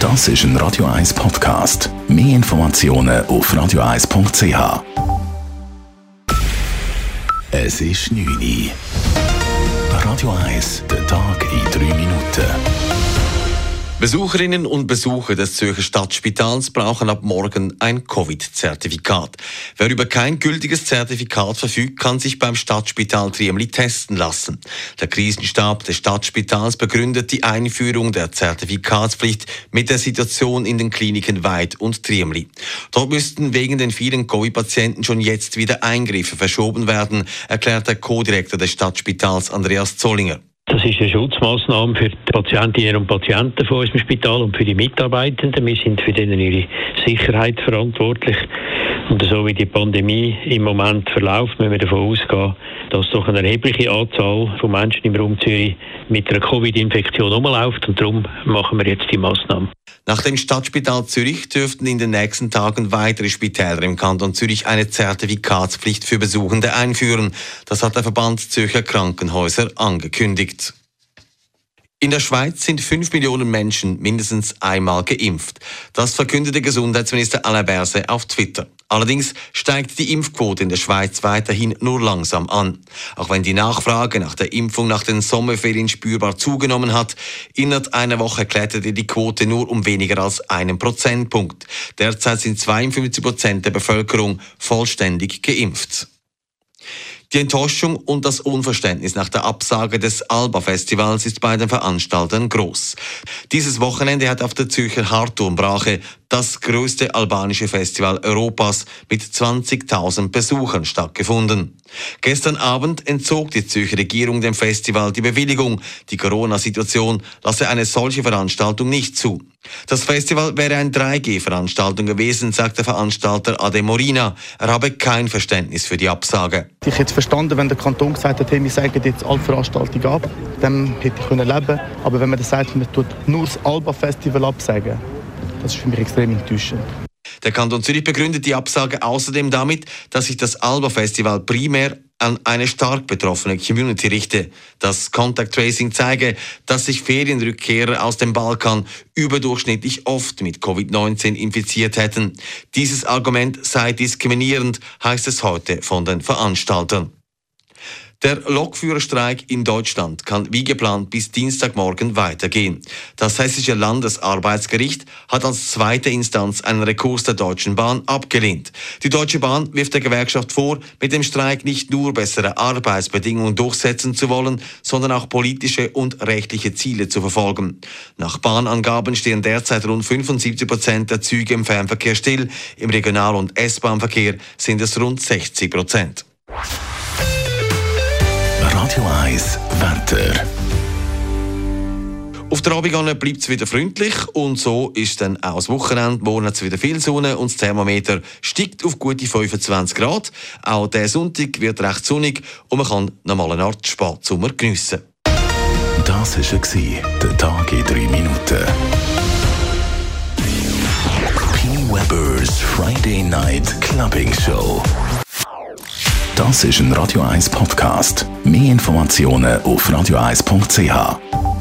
Das ist ein Radio 1 Podcast. Mehr Informationen auf radio1.ch. Es ist 9 Uhr. Radio 1, der Tag in 3 Minuten. Besucherinnen und Besucher des Zürcher Stadtspitals brauchen ab morgen ein Covid-Zertifikat. Wer über kein gültiges Zertifikat verfügt, kann sich beim Stadtspital Triemli testen lassen. Der Krisenstab des Stadtspitals begründet die Einführung der Zertifikatspflicht mit der Situation in den Kliniken Weid und Triemli. Dort müssten wegen den vielen Covid-Patienten schon jetzt wieder Eingriffe verschoben werden, erklärt der Co-Direktor des Stadtspitals Andreas Zollinger. Das ist eine Schutzmaßnahme für die Patientinnen und Patienten von unserem Spital und für die Mitarbeitenden. Wir sind für denen ihre Sicherheit verantwortlich. Und so wie die Pandemie im Moment verläuft, müssen wir davon ausgehen, dass doch eine erhebliche Anzahl von Menschen im Raum Zürich mit einer Covid-Infektion rumläuft. Und darum machen wir jetzt die Massnahmen. Nach dem Stadtspital Zürich dürften in den nächsten Tagen weitere Spitäler im Kanton Zürich eine Zertifikatspflicht für Besuchende einführen. Das hat der Verband Zürcher Krankenhäuser angekündigt. In der Schweiz sind 5 Millionen Menschen mindestens einmal geimpft. Das verkündete Gesundheitsminister Alain Berset auf Twitter. Allerdings steigt die Impfquote in der Schweiz weiterhin nur langsam an. Auch wenn die Nachfrage nach der Impfung nach den Sommerferien spürbar zugenommen hat, innerhalb einer Woche kletterte die Quote nur um weniger als 1 Prozentpunkt. Derzeit sind 52% der Bevölkerung vollständig geimpft. Die Enttäuschung und das Unverständnis nach der Absage des Alba-Festivals ist bei den Veranstaltern groß. Dieses Wochenende hat auf der Zürcher Hartturmbrache das größte albanische Festival Europas mit 20.000 Besuchern stattgefunden. Gestern Abend entzog die Zürcher Regierung dem Festival die Bewilligung. Die Corona-Situation lasse eine solche Veranstaltung nicht zu. Das Festival wäre eine 3G-Veranstaltung gewesen, sagt der Veranstalter Ade Morina. Er habe kein Verständnis für die Absage. Ich hätte verstanden, wenn der Kanton gesagt hat, hey, wir sagen jetzt alle Veranstaltungen ab, dann hätte ich leben können. Aber wenn man das sagt, man tut nur das Alba-Festival absagen, das ist für mich extrem enttäuschend. Der Kanton Zürich begründet die Absage außerdem damit, dass sich das Alba-Festival primär an eine stark betroffene Community richte. Das Contact Tracing zeige, dass sich Ferienrückkehrer aus dem Balkan überdurchschnittlich oft mit Covid-19 infiziert hätten. Dieses Argument sei diskriminierend, heißt es heute von den Veranstaltern. Der Lokführerstreik in Deutschland kann wie geplant bis Dienstagmorgen weitergehen. Das Hessische Landesarbeitsgericht hat als zweite Instanz einen Rekurs der Deutschen Bahn abgelehnt. Die Deutsche Bahn wirft der Gewerkschaft vor, mit dem Streik nicht nur bessere Arbeitsbedingungen durchsetzen zu wollen, sondern auch politische und rechtliche Ziele zu verfolgen. Nach Bahnangaben stehen derzeit rund 75% der Züge im Fernverkehr still. Im Regional- und S-Bahn-Verkehr sind es rund 60%. Radio 1 Wetter. Auf der Abendbahn bleibt es wieder freundlich und so ist dann auch das Wochenende. Morgen hat es wieder viel Sonne und das Thermometer steigt auf gute 25 Grad. Auch der Sonntag wird recht sonnig und man kann nochmal eine Art Spatsommer geniessen. Das war der Tag in 3 Minuten. P. Weber's Friday Night Clubbing Show. Das ist ein Radio 1 Podcast. Mehr Informationen auf radio1.ch.